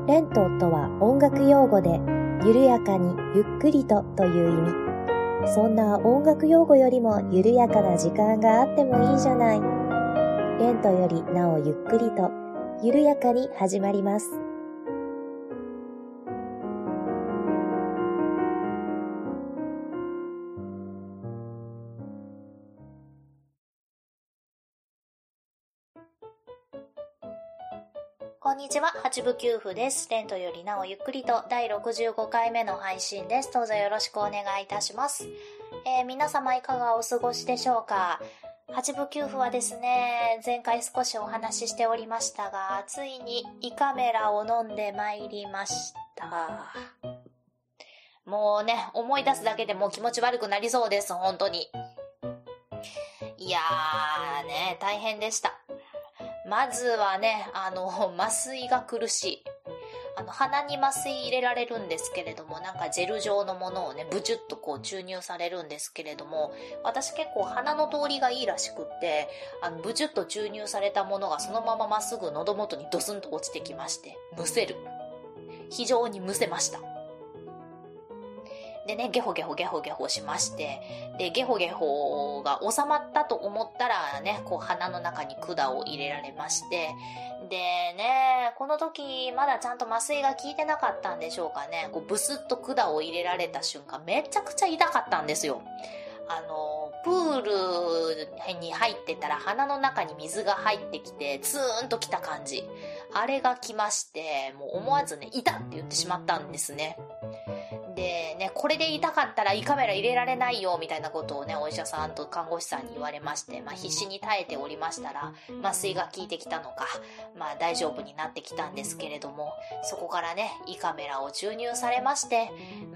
レントとは音楽用語で、緩やかにゆっくりとという意味。そんな音楽用語よりも緩やかな時間があってもいいじゃない。レントよりなおゆっくりと、緩やかに始まります。 こんにちは、八部九夫です。レントよりなおゆっくりと第65回目の配信です。どうぞよろしくお願いいたします。皆様いかがお過ごしでしょうか。八部九夫はですね、前回少しお話ししておりましたが、ついに胃カメラを飲んでまいりました。もうね、思い出すだけでもう気持ち悪くなりそうです、本当に。いやーね、大変でした。まずはね、麻酔が苦しい。鼻に麻酔入れられるんですけれども、なんかジェル状のものをね、ブチュッとこう注入されるんですけれども、私結構鼻の通りがいいらしくって、ブチュッと注入されたものがそのまままっすぐ喉元にドスンと落ちてきまして、むせる。非常にむせました。でね、ゲホゲホゲホゲホしまして、で、ゲホゲホが収まったと思ったらね、こう鼻の中に管を入れられまして、でね、この時まだちゃんと麻酔が効いてなかったんでしょうかね、こうブスッと管を入れられた瞬間、めちゃくちゃ痛かったんですよ。プールに入ってたら鼻の中に水が入ってきて、ツーンときた感じ。あれが来まして、もう思わずね、痛って言ってしまったんですね。でね、これで痛かったら胃カメラ入れられないよみたいなことをね、お医者さんと看護師さんに言われまして、必死に耐えておりましたら、麻酔が効いてきたのか、大丈夫になってきたんですけれども、そこからね、胃カメラを注入されまして、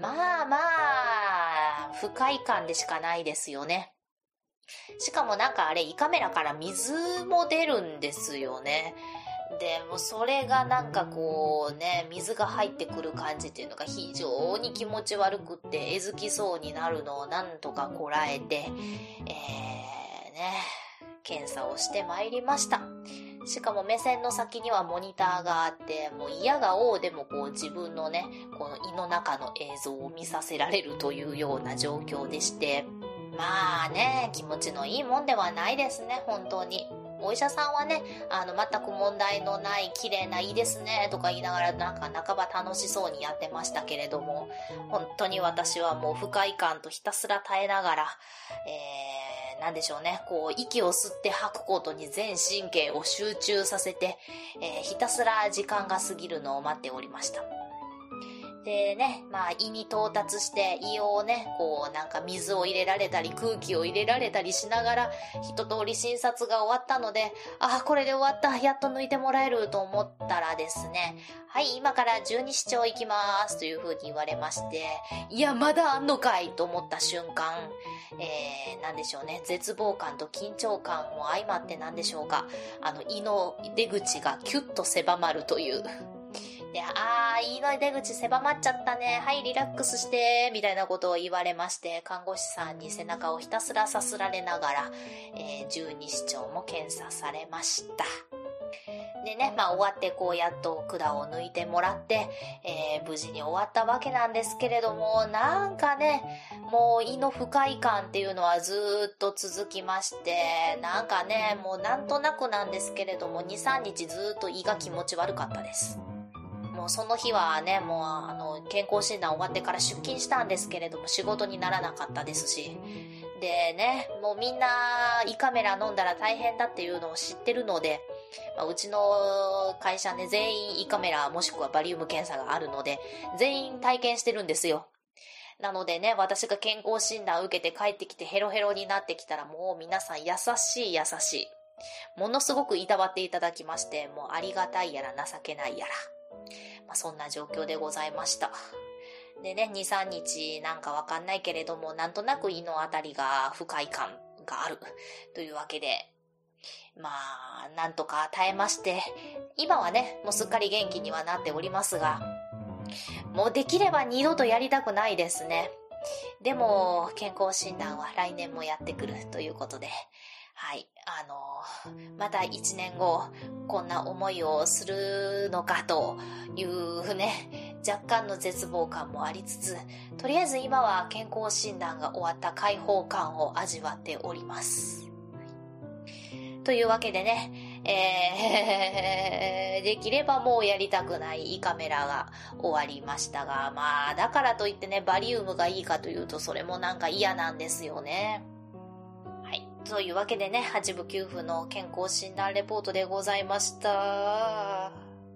不快感でしかないですよね。しかもなんかあれ、胃カメラから水も出るんですよね。でもそれがなんかこうね、水が入ってくる感じっていうのが非常に気持ち悪くってえずきそうになるのをなんとかこらえて、検査をしてまいりました。しかも目線の先にはモニターがあって、もう嫌がおうでもこう自分のね、この胃の中の映像を見させられるというような状況でして、気持ちのいいもんではないですね、本当に。お医者さんはね、全く問題のない綺麗ないいですねとか言いながらなんか半ば楽しそうにやってましたけれども、本当に私はもう不快感とひたすら耐えながら、なんでしょうね、こう息を吸って吐くことに全神経を集中させて、ひたすら時間が過ぎるのを待っておりました。でね、胃に到達して胃をね、こうなんか水を入れられたり空気を入れられたりしながら一通り診察が終わったので、これで終わった、やっと抜いてもらえると思ったらですね、はい、今から十二指腸行きますという風に言われまして、いやまだあんのかいと思った瞬間、なんでしょうね、絶望感と緊張感も相まってなんでしょうか、胃の出口がキュッと狭まるというで、胃の出口狭まっちゃったね。はい、リラックスして、みたいなことを言われまして、看護師さんに背中をひたすらさすられながら、十二指腸も検査されました。でね、終わってこうやっと管を抜いてもらって、無事に終わったわけなんですけれども、なんかね、もう胃の不快感っていうのはずっと続きまして、なんかね、もうなんとなくなんですけれども、2、3日ずっと胃が気持ち悪かったです。もうその日はね、もう健康診断終わってから出勤したんですけれども仕事にならなかったですし、でね、もうみんな胃カメラ飲んだら大変だっていうのを知ってるので、うちの会社ね、全員胃カメラもしくはバリウム検査があるので全員体験してるんですよ。なのでね、私が健康診断受けて帰ってきてヘロヘロになってきたら、もう皆さん優しいものすごくいたわっていただきまして、もうありがたいやら情けないやら、そんな状況でございました。でね、2、3日なんかわかんないけれども、なんとなく胃のあたりが不快感があるというわけで、なんとか耐えまして、今はね、もうすっかり元気にはなっておりますが、もうできれば二度とやりたくないですね。でも健康診断は来年もやってくるということで、 はい、また1年後、こんな思いをするのかというね、若干の絶望感もありつつ、とりあえず今は健康診断が終わった解放感を味わっております。というわけでね、できればもうやりたくない胃カメラが終わりましたが、まあだからといってね、バリウムがいいかというとそれもなんか嫌なんですよね。はい、というわけでね、8部9部の健康診断レポートでございました。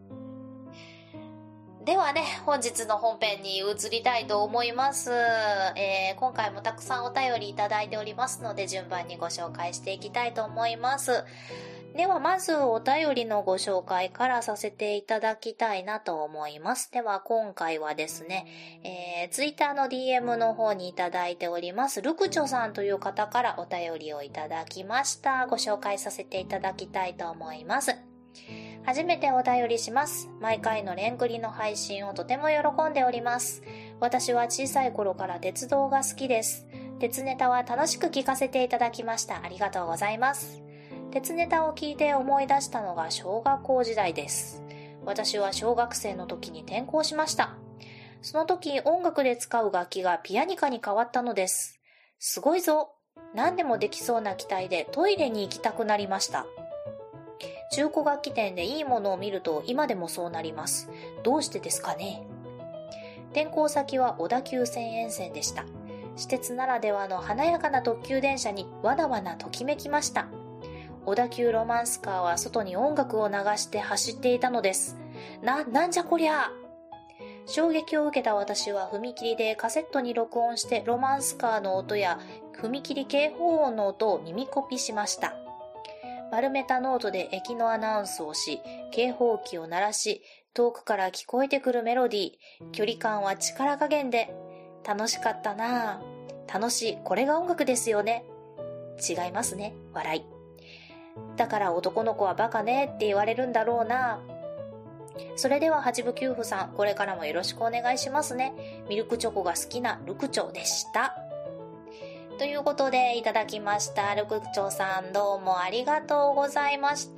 ではね、本日の本編に移りたいと思います。今回もたくさんお便りいただいておりますので、順番にご紹介していきたいと思います。ではまずお便りのご紹介からさせていただきたいなと思います。では今回はですね、ツイッターの DM の方にいただいておりますルクチョさんという方からお便りをいただきました。ご紹介させていただきたいと思います。初めてお便りします。毎回のレンクリの配信をとても喜んでおります。私は小さい頃から鉄道が好きです。鉄ネタは楽しく聞かせていただきました。ありがとうございます。鉄ネタを聞いて思い出したのが小学校時代です。私は小学生の時に転校しました。その時音楽で使う楽器がピアニカに変わったのです。すごいぞ。何でもできそうな期待でトイレに行きたくなりました。中古楽器店でいいものを見ると今でもそうなります。どうしてですかね。転校先は小田急線沿線でした。私鉄ならではの華やかな特急電車にわなわなときめきました。小田急ロマンスカーは外に音楽を流して走っていたのです。なんじゃこりゃ。衝撃を受けた私は踏切でカセットに録音してロマンスカーの音や踏切警報音の音を耳コピしました。丸めたノートで駅のアナウンスをし、警報器を鳴らし、遠くから聞こえてくるメロディー、距離感は力加減で、楽しかったなぁ。楽しい、これが音楽ですよね。違いますね、笑い。だから男の子はバカねって言われるんだろうな。それでは八部九夫さん、これからもよろしくお願いしますね。ミルクチョコが好きなルクチョでした。ということでいただきました。ルクチョさんどうもありがとうございました。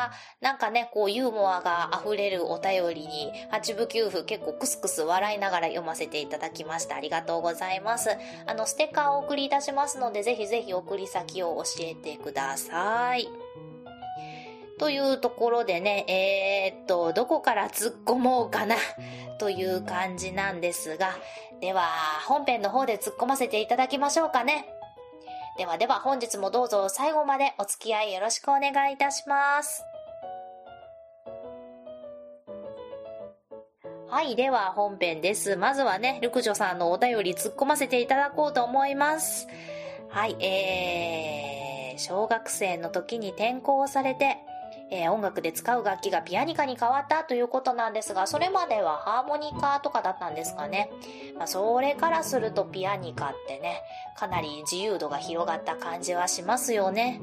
なんかね、こうユーモアが溢れるお便りに八部九夫結構クスクス笑いながら読ませていただきました。ありがとうございます。ステッカーをお送りいたしますので、ぜひぜひ送り先を教えてください。というところでね、どこから突っ込もうかなという感じなんですが、では本編の方で突っ込ませていただきましょうかね。では本日もどうぞ最後までお付き合いよろしくお願いいたします。はい、では本編です。まずはね、ルクジョさんのお便り突っ込ませていただこうと思います。はい、小学生の時に転校されて、音楽で使う楽器がピアニカに変わったということなんですが、それまではハーモニカとかだったんですかね。それからするとピアニカってね、かなり自由度が広がった感じはしますよね。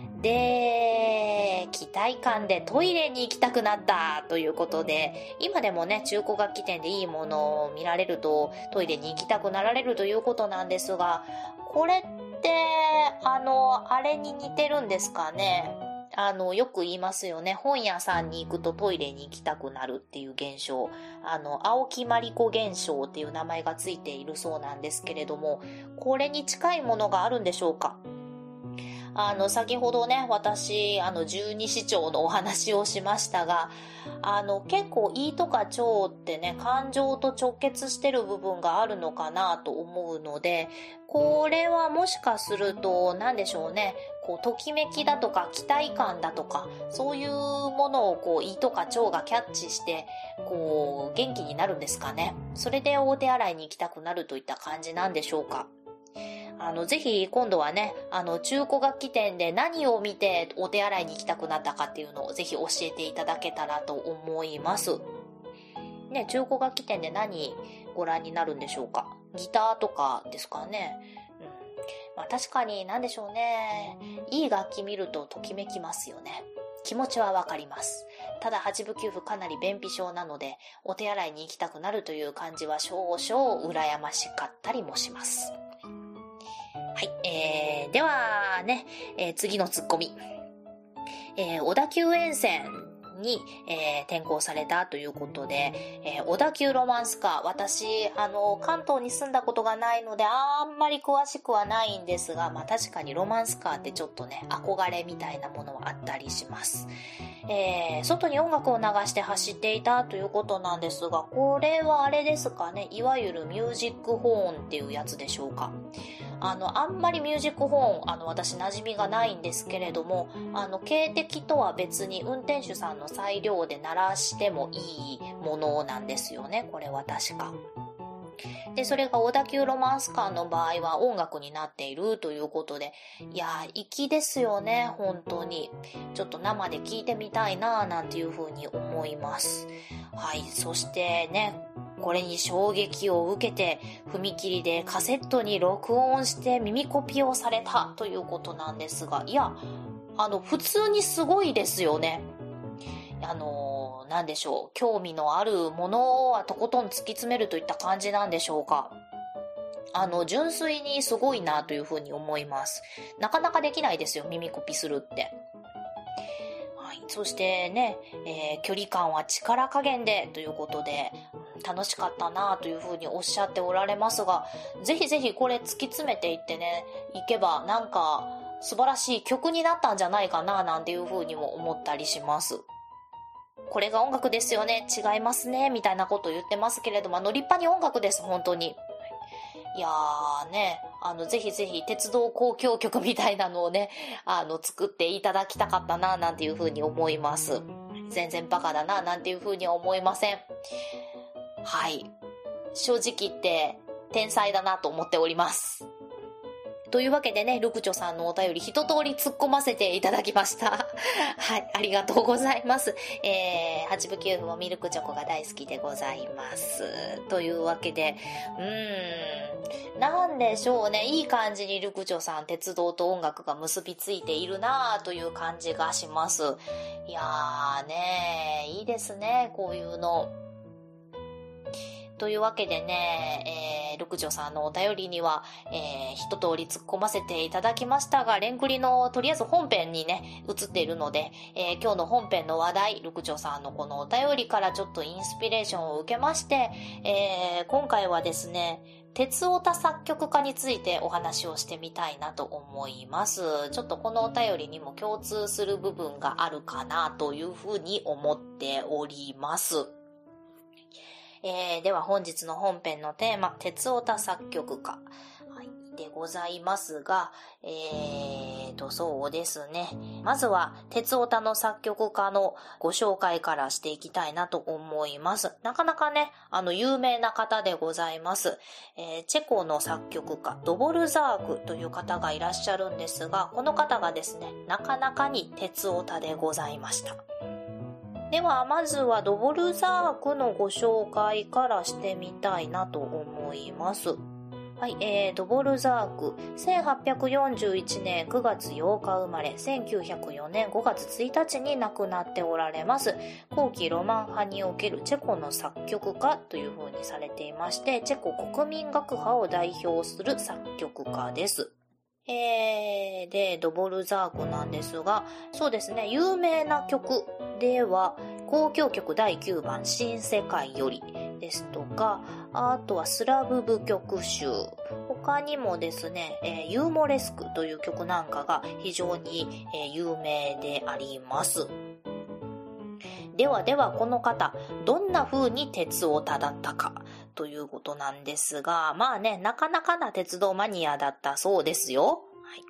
で、期待感でトイレに行きたくなったということで、今でもね、中古楽器店でいいものを見られるとトイレに行きたくなられるということなんですが、これってあれに似てるんですかね。よく言いますよね。本屋さんに行くとトイレに行きたくなるっていう現象。青木まりこ現象っていう名前がついているそうなんですけれども、これに近いものがあるんでしょうか。先ほどね、私、十二指腸のお話をしましたが、結構胃とか腸ってね、感情と直結してる部分があるのかなと思うので、これはもしかすると、なんでしょうね、こう、ときめきだとか、期待感だとか、そういうものをこう、胃とか腸がキャッチして、こう、元気になるんですかね。それで大手洗いに行きたくなるといった感じなんでしょうか。ぜひ今度はね、中古楽器店で何を見てお手洗いに行きたくなったかっていうのをぜひ教えていただけたらと思います。ね、中古楽器店で何ご覧になるんでしょうか。ギターとかですかね。確かに何でしょうね。いい楽器見るとときめきますよね。気持ちはわかります。ただ八部九夫かなり便秘症なので、お手洗いに行きたくなるという感じは少々羨ましかったりもします。ははい、ではね、次のツッコミ。小田急沿線に、転校されたということで、小田急ロマンスカー、私関東に住んだことがないのであんまり詳しくはないんですが、まあ確かにロマンスカーってちょっとね憧れみたいなものはあったりします。外に音楽を流して走っていたということなんですが、これはあれですかね、いわゆるミュージックホーンっていうやつでしょうか。あんまりミュージックホーン私馴染みがないんですけれども、警笛とは別に運転手さんの裁量で鳴らしてもいいものなんですよね、これは確か。で、それが小田急ロマンスカーの場合は音楽になっているということで、いやー、粋ですよね、本当に。ちょっと生で聞いてみたいなーなんていうふうに思います。はい、そしてね、これに衝撃を受けて踏切でカセットに録音して耳コピをされたということなんですが、いや、普通にすごいですよね。なんでしょう、興味のあるものはとことん突き詰めるといった感じなんでしょうか。純粋にすごいなというふうに思います。なかなかできないですよ、耳コピするって。はい、そしてね、距離感は力加減でということで、楽しかったなというふうにおっしゃっておられますが、ぜひぜひこれ突き詰めていってね、いけばなんか素晴らしい曲になったんじゃないかななんていうふうにも思ったりします。これが音楽ですよね、違いますねみたいなことを言ってますけれども、立派に音楽です、本当に。いやーね、ぜひぜひ鉄道交響曲みたいなのをね、作っていただきたかったななんていうふうに思います。全然バカだななんていうふうには思いません。はい、正直言って天才だなと思っております。というわけでね、ルクチョさんのお便り一通り突っ込ませていただきました。はい、ありがとうございます。8部9部もミルクチョコが大好きでございます。というわけで、なんでしょうね、いい感じにルクチョさん、鉄道と音楽が結びついているなぁという感じがします。いやーね、いいですね、こういうの。というわけでね、ルクジョさんのお便りには、一通り突っ込ませていただきましたが、レンクリのとりあえず本編にね、移っているので、今日の本編の話題、ルクジョさんのこのお便りからちょっとインスピレーションを受けまして、今回はですね、鉄オタ作曲家についてお話をしてみたいなと思います。ちょっとこのお便りにも共通する部分があるかなというふうに思っております。では本日の本編のテーマ、鉄オタ作曲家、はい、でございますが、そうですね。まずは鉄オタの作曲家のご紹介からしていきたいなと思います。なかなかね、有名な方でございます。チェコの作曲家、ドボルザークという方がいらっしゃるんですが、この方がですね、なかなかに鉄オタでございました。ではまずはドボルザークのご紹介からしてみたいなと思います。はい、ドボルザーク、1841年9月8日生まれ、1904年5月1日に亡くなっておられます。後期ロマン派におけるチェコの作曲家という風にされていまして、チェコ国民楽派を代表する作曲家です。で、ドボルザークなんですが、そうですね、有名な曲では、交響曲第9番、新世界よりですとか、あとはスラブ舞曲集、他にもですね、ユーモレスクという曲なんかが非常に、有名であります。ではこの方、どんな風に鉄オタだったかということなんですが、まあね、なかなかな鉄道マニアだったそうですよ。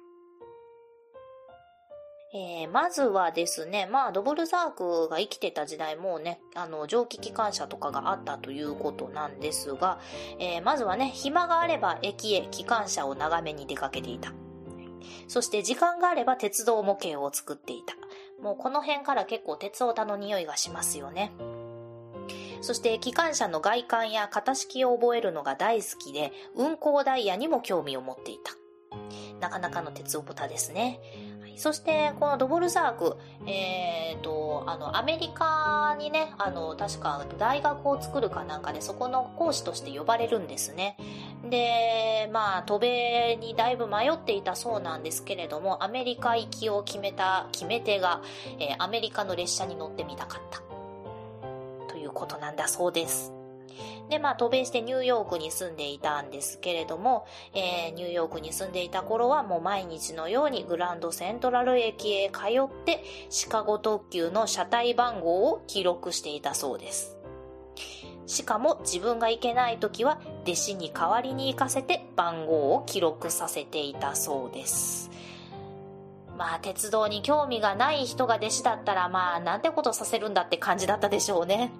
まずはですね、ドボルザークが生きてた時代もね、蒸気機関車とかがあったということなんですが、まずはね、暇があれば駅へ機関車を眺めに出かけていた。そして時間があれば鉄道模型を作っていた。もうこの辺から結構鉄オタの匂いがしますよね。そして機関車の外観や型式を覚えるのが大好きで、運行ダイヤにも興味を持っていた。なかなかの鉄オタですね。 そしてこのドボルザーク、アメリカにね、確か大学を作るかなんかでそこの講師として呼ばれるんですね。で、渡米にだいぶ迷っていたそうなんですけれども、アメリカ行きを決め手が、アメリカの列車に乗ってみたかったということなんだそうです。で、渡米してニューヨークに住んでいたんですけれども、ニューヨークに住んでいた頃はもう毎日のようにグランドセントラル駅へ通ってシカゴ特急の車体番号を記録していたそうです。しかも自分が行けない時は弟子に代わりに行かせて番号を記録させていたそうです。鉄道に興味がない人が弟子だったらなんてことさせるんだって感じだったでしょうね。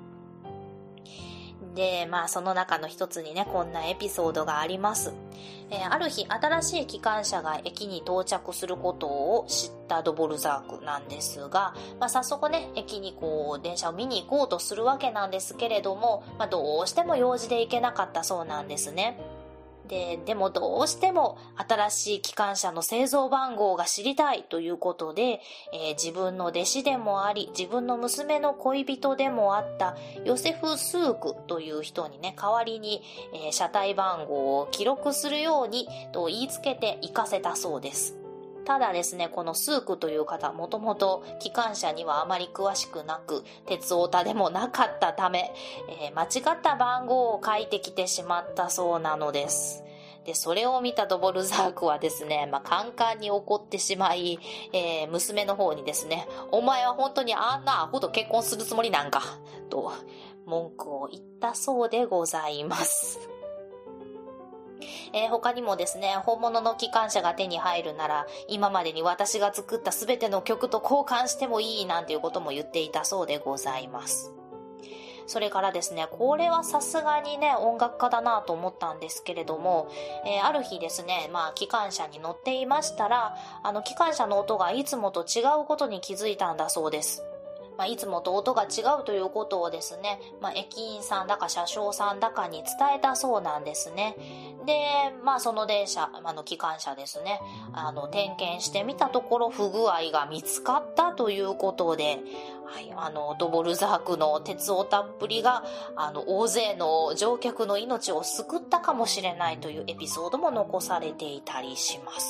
で、その中の一つにね、こんなエピソードがあります。ある日、新しい機関車が駅に到着することを知ったドボルザークなんですが、早速ね、駅に電車を見に行こうとするわけなんですけれども、どうしても用事で行けなかったそうなんですね。でもどうしても新しい機関車の製造番号が知りたいということで、自分の弟子でもあり、自分の娘の恋人でもあったヨセフ・スークという人にね、代わりに、車体番号を記録するようにと言いつけて行かせたそうです。ただですね、このスークという方、もともと機関車にはあまり詳しくなく、鉄オタでもなかったため、間違った番号を書いてきてしまったそうなのです。で、それを見たドボルザークはですね、カンカンに怒ってしまい、娘の方にですね、お前は本当にあんなアホと結婚するつもりなんか、と文句を言ったそうでございます。他にもですね、本物の機関車が手に入るなら、今までに私が作ったすべての曲と交換してもいいなんていうことも言っていたそうでございます。それからですね、これはさすがにね、音楽家だなと思ったんですけれども、ある日ですね、機関車に乗っていましたら、機関車の音がいつもと違うことに気づいたんだそうです。いつもと音が違うということをですね、駅員さんだか車掌さんだかに伝えたそうなんですね。で、その電車、機関車ですね、点検してみたところ不具合が見つかったということで、ドボルザークの鉄オタっぷりが、大勢の乗客の命を救ったかもしれないというエピソードも残されていたりします。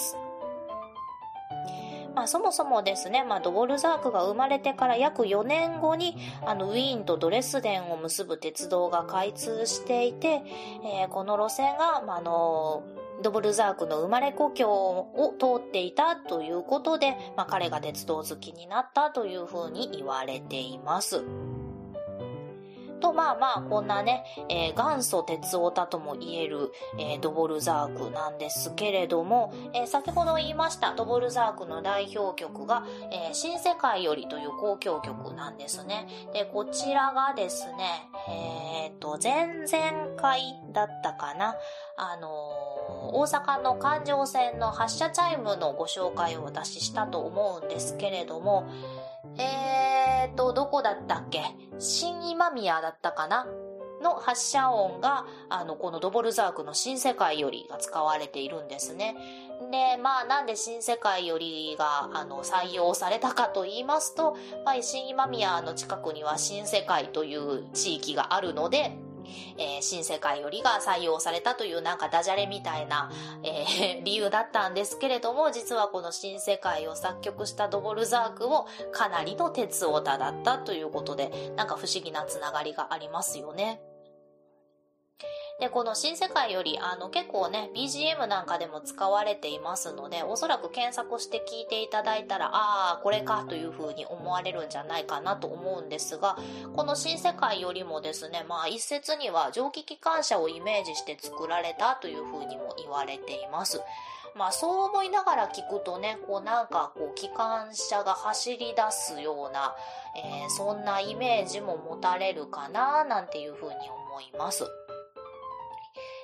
そもそもですね、ドボルザークが生まれてから約4年後にウィーンとドレスデンを結ぶ鉄道が開通していて、この路線が、ドボルザークの生まれ故郷を通っていたということで、彼が鉄道好きになったというふうに言われています。と、こんなね、元祖鉄オタとも言える、ドボルザークなんですけれども、先ほど言いましたドボルザークの代表曲が、新世界よりという交響曲なんですね。で、こちらがですね、前々回だったかな、大阪の環状線の発車チャイムのご紹介を私したと思うんですけれども、どこだったっけ？新今宮だったかなの発車音が、このドボルザークの新世界よりが使われているんですね。で、なんで新世界よりが、採用されたかと言いますと、新今宮の近くには新世界という地域があるので、新世界よりが採用されたというなんかダジャレみたいな、理由だったんですけれども、実はこの新世界を作曲したドボルザークもかなりの鉄オタだったということで、なんか不思議なつながりがありますよね。で、この新世界より、結構ね、BGM なんかでも使われていますので、おそらく検索して聞いていただいたら、これかという風に思われるんじゃないかなと思うんですが、この新世界よりもですね、一説には蒸気機関車をイメージして作られたという風にも言われています。そう思いながら聞くとね、機関車が走り出すような、そんなイメージも持たれるかな、なんていう風に思います。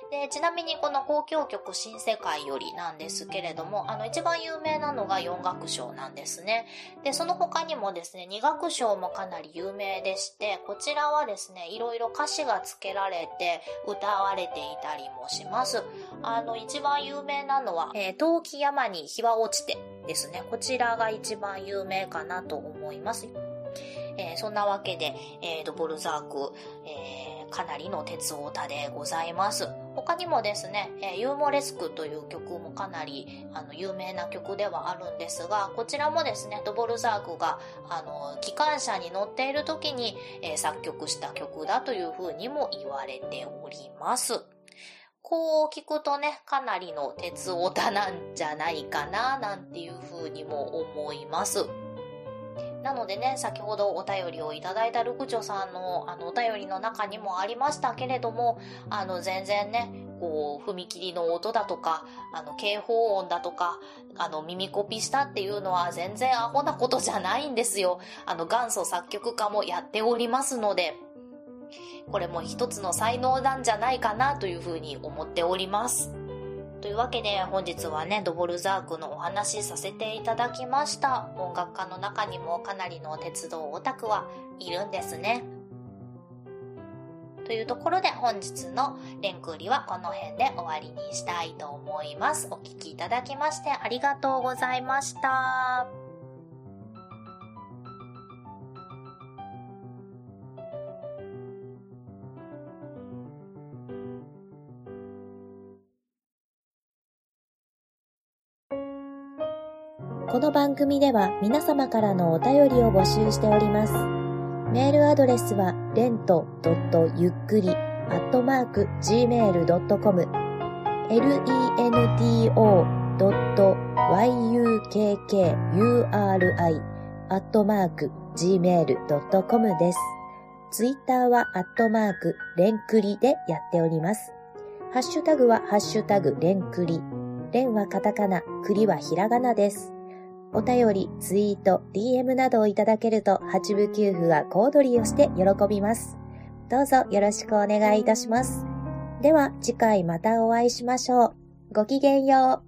で、ちなみにこの交響曲新世界よりなんですけれども、一番有名なのが4楽章なんですね。で、その他にもですね、2楽章もかなり有名でして、こちらはですね、いろいろ歌詞が付けられて歌われていたりもします。一番有名なのは、遠き山に日は落ちてですね。こちらが一番有名かなと思います。そんなわけで、ドボルザーク、かなりの鉄オタでございます。他にもですね、ユーモレスクという曲もかなり有名な曲ではあるんですが、こちらもですね、ドボルザークが機関車に乗っている時に、作曲した曲だというふうにも言われております。こう聞くとね、かなりの鉄オタなんじゃないかななんていうふうにも思います。なのでね、先ほどお便りをいただいたルクチョさんのお便りの中にもありましたけれども、全然ね、こう踏切の音だとか警報音だとか耳コピしたっていうのは全然アホなことじゃないんですよ。元祖作曲家もやっておりますので、これも一つの才能なんじゃないかなというふうに思っております。というわけで本日はね、ドボルザークのお話しさせていただきました。音楽家の中にもかなりの鉄道オタクはいるんですね。というところで本日のレンクーリはこの辺で終わりにしたいと思います。お聞きいただきましてありがとうございました。 この番組では皆様からのお便りを募集しております。メールアドレスはlento.yukkuri@gmail.com lento.yukkuri@gmail.com です。ツイッターはレンクリでやっております。ハッシュタグはハッシュタグレンクリ。レンはカタカナ、クリはひらがなです。お便り、ツイート、DM などをいただけると8部9符は小躍りをして喜びます。どうぞよろしくお願いいたします。では次回またお会いしましょう。ごきげんよう。